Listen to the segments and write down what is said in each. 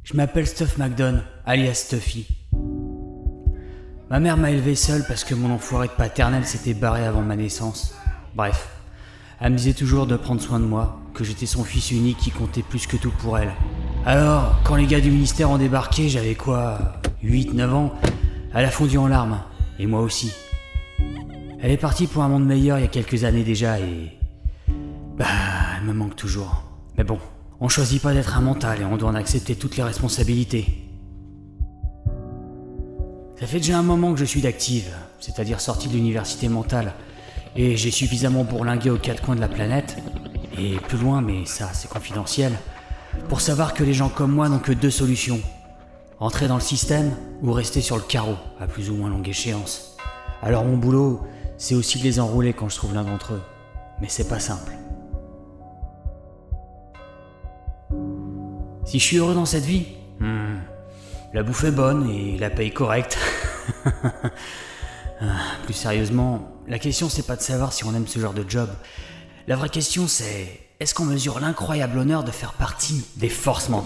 Je m'appelle Stuff McDon, alias Stuffy. Ma mère m'a élevé seule parce que mon enfoiré de paternelle s'était barré avant ma naissance. Bref, elle me disait toujours de prendre soin de moi, que j'étais son fils unique qui comptait plus que tout pour elle. Alors, quand les gars du ministère ont débarqué, j'avais quoi, 8-9 ans, elle a fondu en larmes, et moi aussi. Elle est partie pour un monde meilleur il y a quelques années déjà et... elle me manque toujours. Mais bon, on choisit pas d'être un mental et on doit en accepter toutes les responsabilités. Ça fait déjà un moment que je suis d'active, c'est-à-dire sorti de l'université mentale, et j'ai suffisamment bourlingué aux quatre coins de la planète, et plus loin, mais ça c'est confidentiel, pour savoir que les gens comme moi n'ont que deux solutions. Entrer dans le système ou rester sur le carreau, à plus ou moins longue échéance. Alors mon boulot, c'est aussi de les enrouler quand je trouve l'un d'entre eux. Mais c'est pas simple. Si je suis heureux dans cette vie, la bouffe est bonne et la paye correcte. Plus sérieusement, la question c'est pas de savoir si on aime ce genre de job. La vraie question c'est, est-ce qu'on mesure l'incroyable honneur de faire partie des forces mentales ?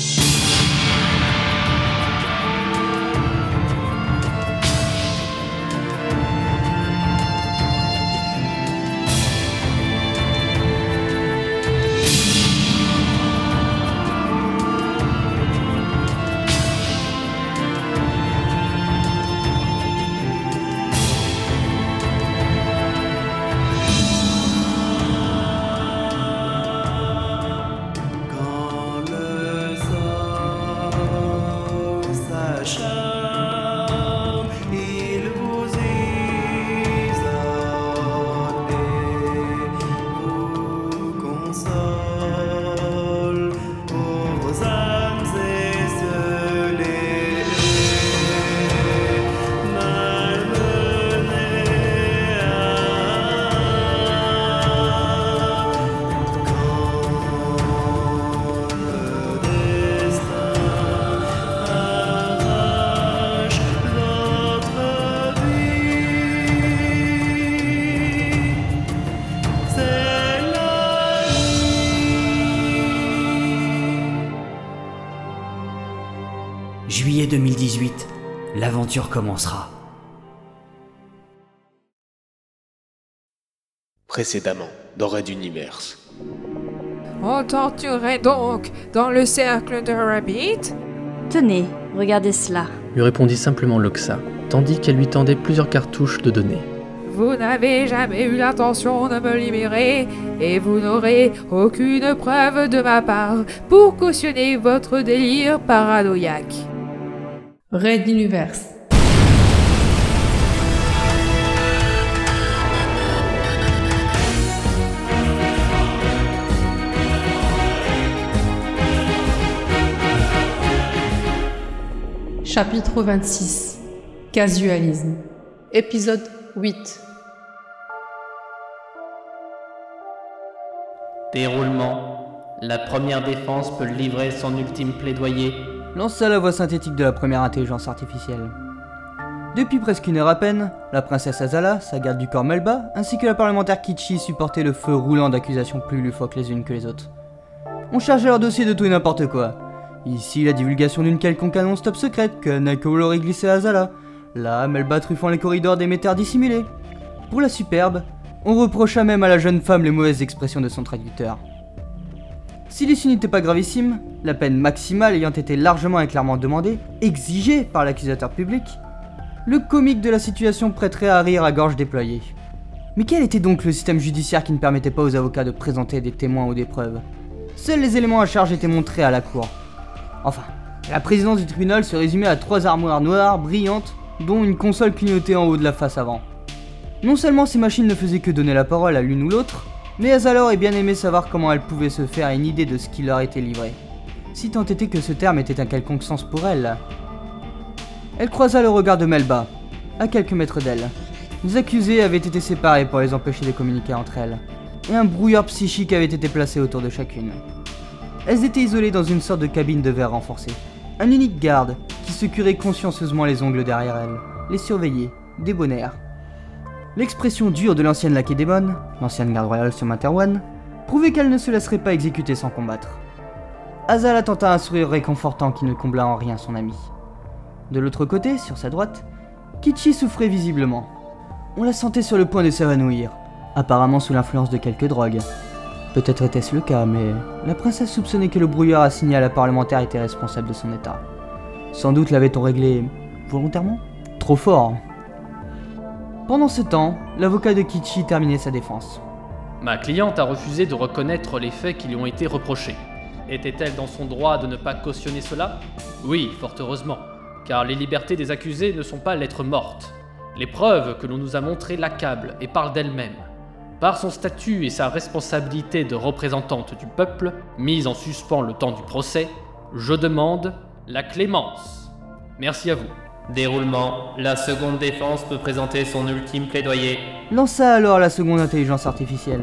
Juillet 2018, l'aventure commencera. Précédemment, dans Red Universe. On torturait donc dans le cercle de Rabbit ? Tenez, regardez cela. Lui répondit simplement Loxa, tandis qu'elle lui tendait plusieurs cartouches de données. Vous n'avez jamais eu l'intention de me libérer et vous n'aurez aucune preuve de ma part pour cautionner votre délire paranoïaque. Red Universe. Chapitre 26. Casualisme. Épisode 8. Déroulement. La première défense peut livrer son ultime plaidoyer. Lança la voix synthétique de la première intelligence artificielle. Depuis presque une heure à peine, la princesse Azala, sa garde du corps Melba, ainsi que la parlementaire Kichi supportaient le feu roulant d'accusations plus loufoques les unes que les autres. On chargeait leur dossier de tout et n'importe quoi. Ici, la divulgation d'une quelconque annonce top secrète que Nakao aurait glissée à Azala. Là, Melba truffant les corridors d'émetteurs dissimulés. Pour la superbe, on reprocha même à la jeune femme les mauvaises expressions de son traducteur. Si l'issue n'était pas gravissime, la peine maximale ayant été largement et clairement demandée, exigée par l'accusateur public, le comique de la situation prêterait à rire à gorge déployée. Mais quel était donc le système judiciaire qui ne permettait pas aux avocats de présenter des témoins ou des preuves ? Seuls les éléments à charge étaient montrés à la cour. Enfin, la présidence du tribunal se résumait à 3 armoires noires, brillantes, dont une console clignotée en haut de la face avant. Non seulement ces machines ne faisaient que donner la parole à l'une ou l'autre, mais Azala aurait bien aimé savoir comment elle pouvait se faire une idée de ce qui leur était livré. Si tant était que ce terme était un quelconque sens pour elle. Elle croisa le regard de Melba, à quelques mètres d'elle. Les accusés avaient été séparés pour les empêcher de communiquer entre elles, et un brouillard psychique avait été placé autour de chacune. Elles étaient isolées dans une sorte de cabine de verre renforcée. Un unique garde, qui se curait consciencieusement les ongles derrière elles, les surveillait, débonnaire. L'expression dure de l'ancienne Lakédémon, l'ancienne garde royale sur Materwan, prouvait qu'elle ne se laisserait pas exécuter sans combattre. Azala tenta un sourire réconfortant qui ne combla en rien son ami. De l'autre côté, sur sa droite, Kichi souffrait visiblement. On la sentait sur le point de s'évanouir, apparemment sous l'influence de quelques drogues. Peut-être était-ce le cas, mais la princesse soupçonnait que le brouillard assigné à la parlementaire était responsable de son état. Sans doute l'avait-on réglé volontairement ? Trop fort. Pendant ce temps, l'avocat de Kichi terminait sa défense. Ma cliente a refusé de reconnaître les faits qui lui ont été reprochés. Était-elle dans son droit de ne pas cautionner cela ? Oui, fort heureusement, car les libertés des accusés ne sont pas lettres mortes. Les preuves que l'on nous a montrées l'accablent et parlent d'elles-mêmes. Par son statut et sa responsabilité de représentante du peuple, mise en suspens le temps du procès, je demande la clémence. Merci à vous. Déroulement. La seconde défense peut présenter son ultime plaidoyer. Lança alors la seconde intelligence artificielle.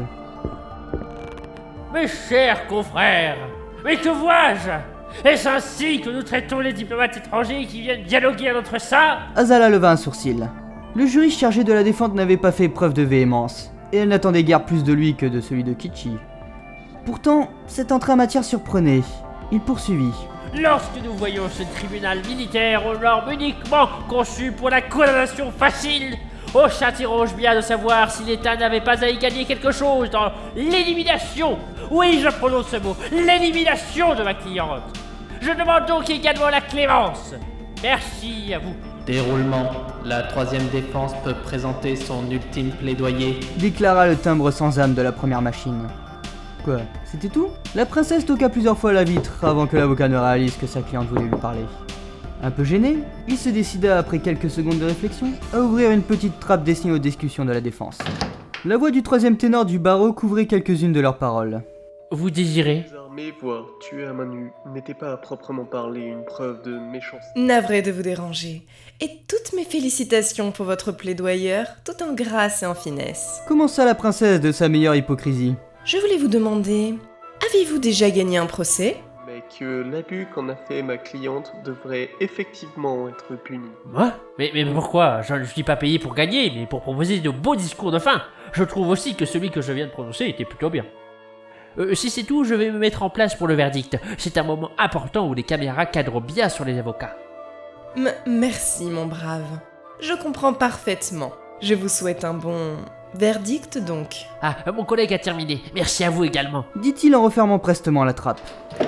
Mes chers confrères, mais que vois-je ? Est-ce ainsi que nous traitons les diplomates étrangers qui viennent dialoguer à notre sein ? Azala leva un sourcil. Le jury chargé de la défense n'avait pas fait preuve de véhémence, et elle n'attendait guère plus de lui que de celui de Kichi. Pourtant, cette entrée en matière surprenait. Il poursuivit. Lorsque nous voyons ce tribunal militaire aux normes uniquement conçues pour la condamnation facile, on s'interroge bien de savoir si l'État n'avait pas à y gagner quelque chose dans l'élimination. Oui, je prononce ce mot, l'élimination de ma cliente. Je demande donc également la clémence. Merci à vous. Déroulement. La troisième défense peut présenter son ultime plaidoyer. Déclara le timbre sans âme de la première machine. Quoi, c'était tout ? La princesse toqua plusieurs fois la vitre avant que l'avocat ne réalise que sa cliente voulait lui parler. Un peu gêné, il se décida après quelques secondes de réflexion à ouvrir une petite trappe destinée aux discussions de la défense. La voix du troisième ténor du barreau couvrait quelques-unes de leurs paroles. Vous désirez ? Désarmer, voire tuer à main nue, n'était pas à proprement parler une preuve de méchanceté. Navré de vous déranger. Et toutes mes félicitations pour votre plaidoyeur, tout en grâce et en finesse. Commença la princesse de sa meilleure hypocrisie. Je voulais vous demander, avez-vous déjà gagné un procès ? Mais que l'abus qu'en a fait ma cliente devrait effectivement être puni. Moi ? Mais pourquoi ? Je ne suis pas payé pour gagner, mais pour proposer de beaux discours de fin. Je trouve aussi que celui que je viens de prononcer était plutôt bien. Si c'est tout, je vais me mettre en place pour le verdict. C'est un moment important où les caméras cadrent bien sur les avocats. Merci, mon brave. Je comprends parfaitement. Je vous souhaite un bon verdict, donc. Ah, mon collègue a terminé. Merci à vous également. Dit-il en refermant prestement la trappe.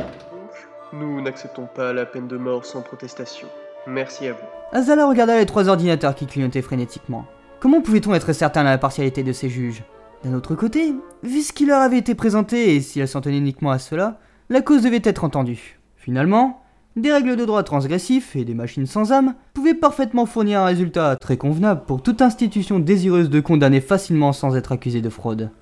Nous n'acceptons pas la peine de mort sans protestation. Merci à vous. Azala regarda les trois ordinateurs qui clignotaient frénétiquement. Comment pouvait-on être certain de la partialité de ces juges ? D'un autre côté, vu ce qui leur avait été présenté et si elle s'en tenait uniquement à cela, la cause devait être entendue. Finalement, des règles de droit transgressifs et des machines sans âme pouvaient parfaitement fournir un résultat très convenable pour toute institution désireuse de condamner facilement sans être accusée de fraude.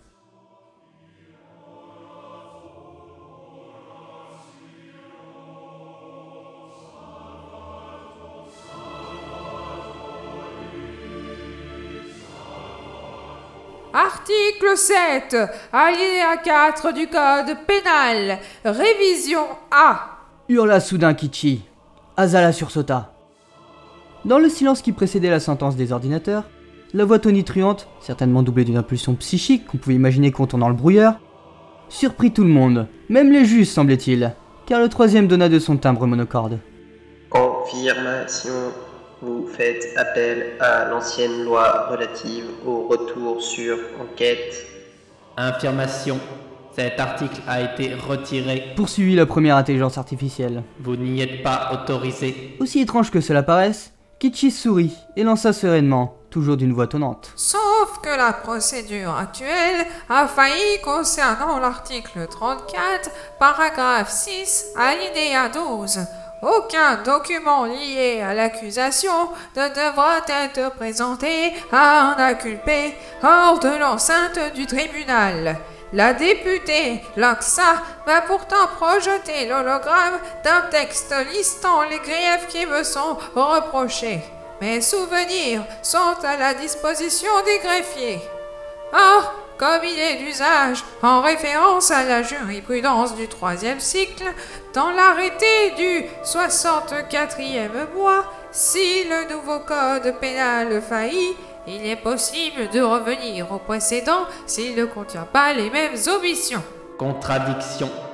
Article 7, alinéa 4 du Code pénal, révision A. Hurla soudain Kichi. Azala sursauta. Dans le silence qui précédait la sentence des ordinateurs, la voix tonitruante, certainement doublée d'une impulsion psychique qu'on pouvait imaginer contournant le brouillard, surprit tout le monde, même les juges semblait-il, car le troisième donna de son timbre monocorde. Confirmation. Vous faites appel à l'ancienne loi relative au retour sur enquête. Infirmation. Cet article a été retiré. Poursuivit la première intelligence artificielle. Vous n'y êtes pas autorisé. Aussi étrange que cela paraisse, Kichi sourit et lança sereinement, toujours d'une voix tonnante. Sauf que la procédure actuelle a failli concernant l'article 34, paragraphe 6, alinéa 12. Aucun document lié à l'accusation ne devra être présenté à un inculpé hors de l'enceinte du tribunal. La députée Laksa va pourtant projeter l'hologramme d'un texte listant les griefs qui me sont reprochés. Mes souvenirs sont à la disposition des greffiers. Or, comme il est d'usage, en référence à la jurisprudence du 3e cycle, dans l'arrêté du 64e mois, si le nouveau code pénal faillit, il est possible de revenir au précédent s'il ne contient pas les mêmes omissions. Contradiction.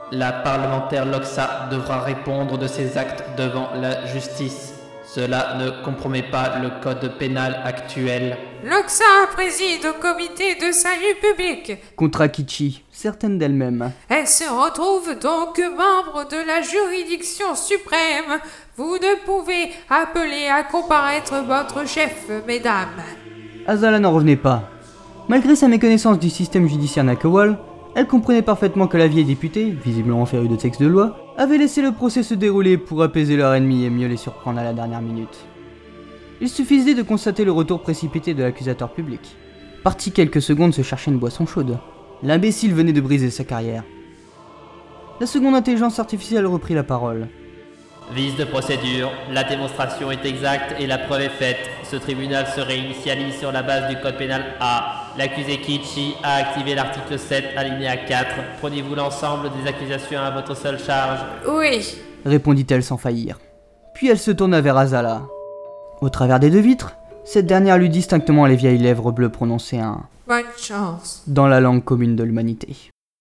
La parlementaire Loxa devra répondre de ses actes devant la justice. Cela ne compromet pas le code pénal actuel. Loxa préside au comité de salut public. Contre Kichi, certaines d'elles-mêmes. Elle se retrouve donc membre de la juridiction suprême. Vous ne pouvez appeler à comparaître votre chef, mesdames. Azala n'en revenait pas. Malgré sa méconnaissance du système judiciaire Nakawal, elle comprenait parfaitement que la vieille députée, visiblement férue de textes de loi, avait laissé le procès se dérouler pour apaiser leur ennemi et mieux les surprendre à la dernière minute. Il suffisait de constater le retour précipité de l'accusateur public. Parti quelques secondes se chercher une boisson chaude. L'imbécile venait de briser sa carrière. La seconde intelligence artificielle reprit la parole. Vice de procédure, la démonstration est exacte et la preuve est faite. Ce tribunal se réinitialise sur la base du code pénal A. L'accusé Kichi a activé l'article 7, alinéa 4. Prenez-vous l'ensemble des accusations à votre seule charge? Oui, Répondit-elle sans faillir. Puis elle se tourna vers Azala. Au travers des deux vitres, cette dernière lut distinctement les vieilles lèvres bleues prononcer un « bonne chance. » dans la langue commune de l'humanité.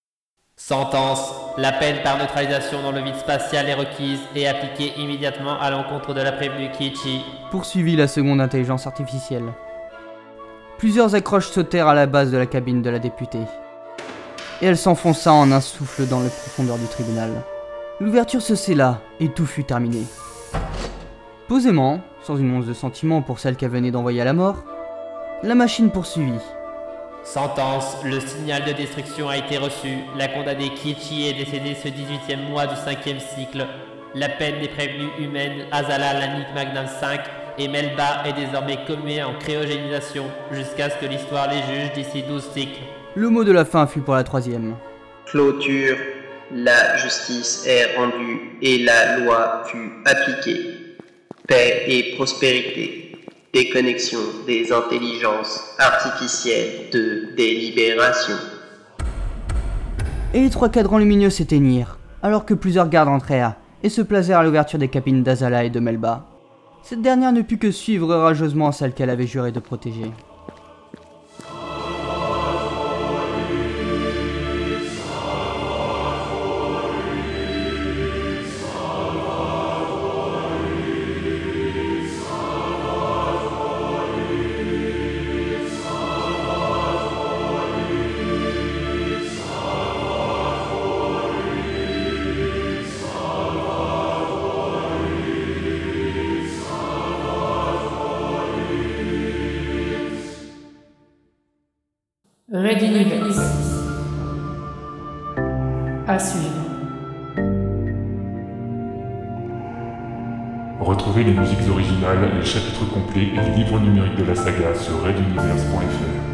Sentence. La peine par neutralisation dans le vide spatial est requise et appliquée immédiatement à l'encontre de la prévenue Kichi. Poursuivit la seconde intelligence artificielle. Plusieurs accroches sautèrent à la base de la cabine de la députée. Et elle s'enfonça en un souffle dans les profondeurs du tribunal. L'ouverture se scella et tout fut terminé. Posément, sans une once de sentiment pour celle qu'elle venait d'envoyer à la mort, la machine poursuivit. Sentence. Le signal de destruction a été reçu. La condamnée Kichi est décédée ce 18e mois du 5e cycle. La peine des prévenues humaines Azala Lanik Magnum 5 et Melba est désormais commuée en cryogénisation jusqu'à ce que l'histoire les juge d'ici 12 cycles. Le mot de la fin fut pour la troisième. Clôture. La justice est rendue et la loi fut appliquée. Paix et prospérité. Déconnexion des intelligences artificielles de délibération. Et les trois cadrans lumineux s'éteignirent, alors que plusieurs gardes entrèrent et se placèrent à l'ouverture des cabines d'Azala et de Melba. Cette dernière ne put que suivre rageusement celle qu'elle avait juré de protéger. Red Universe. À suivre. Retrouvez les musiques originales, les chapitres complets et les livres numériques de la saga sur reduniverse.fr.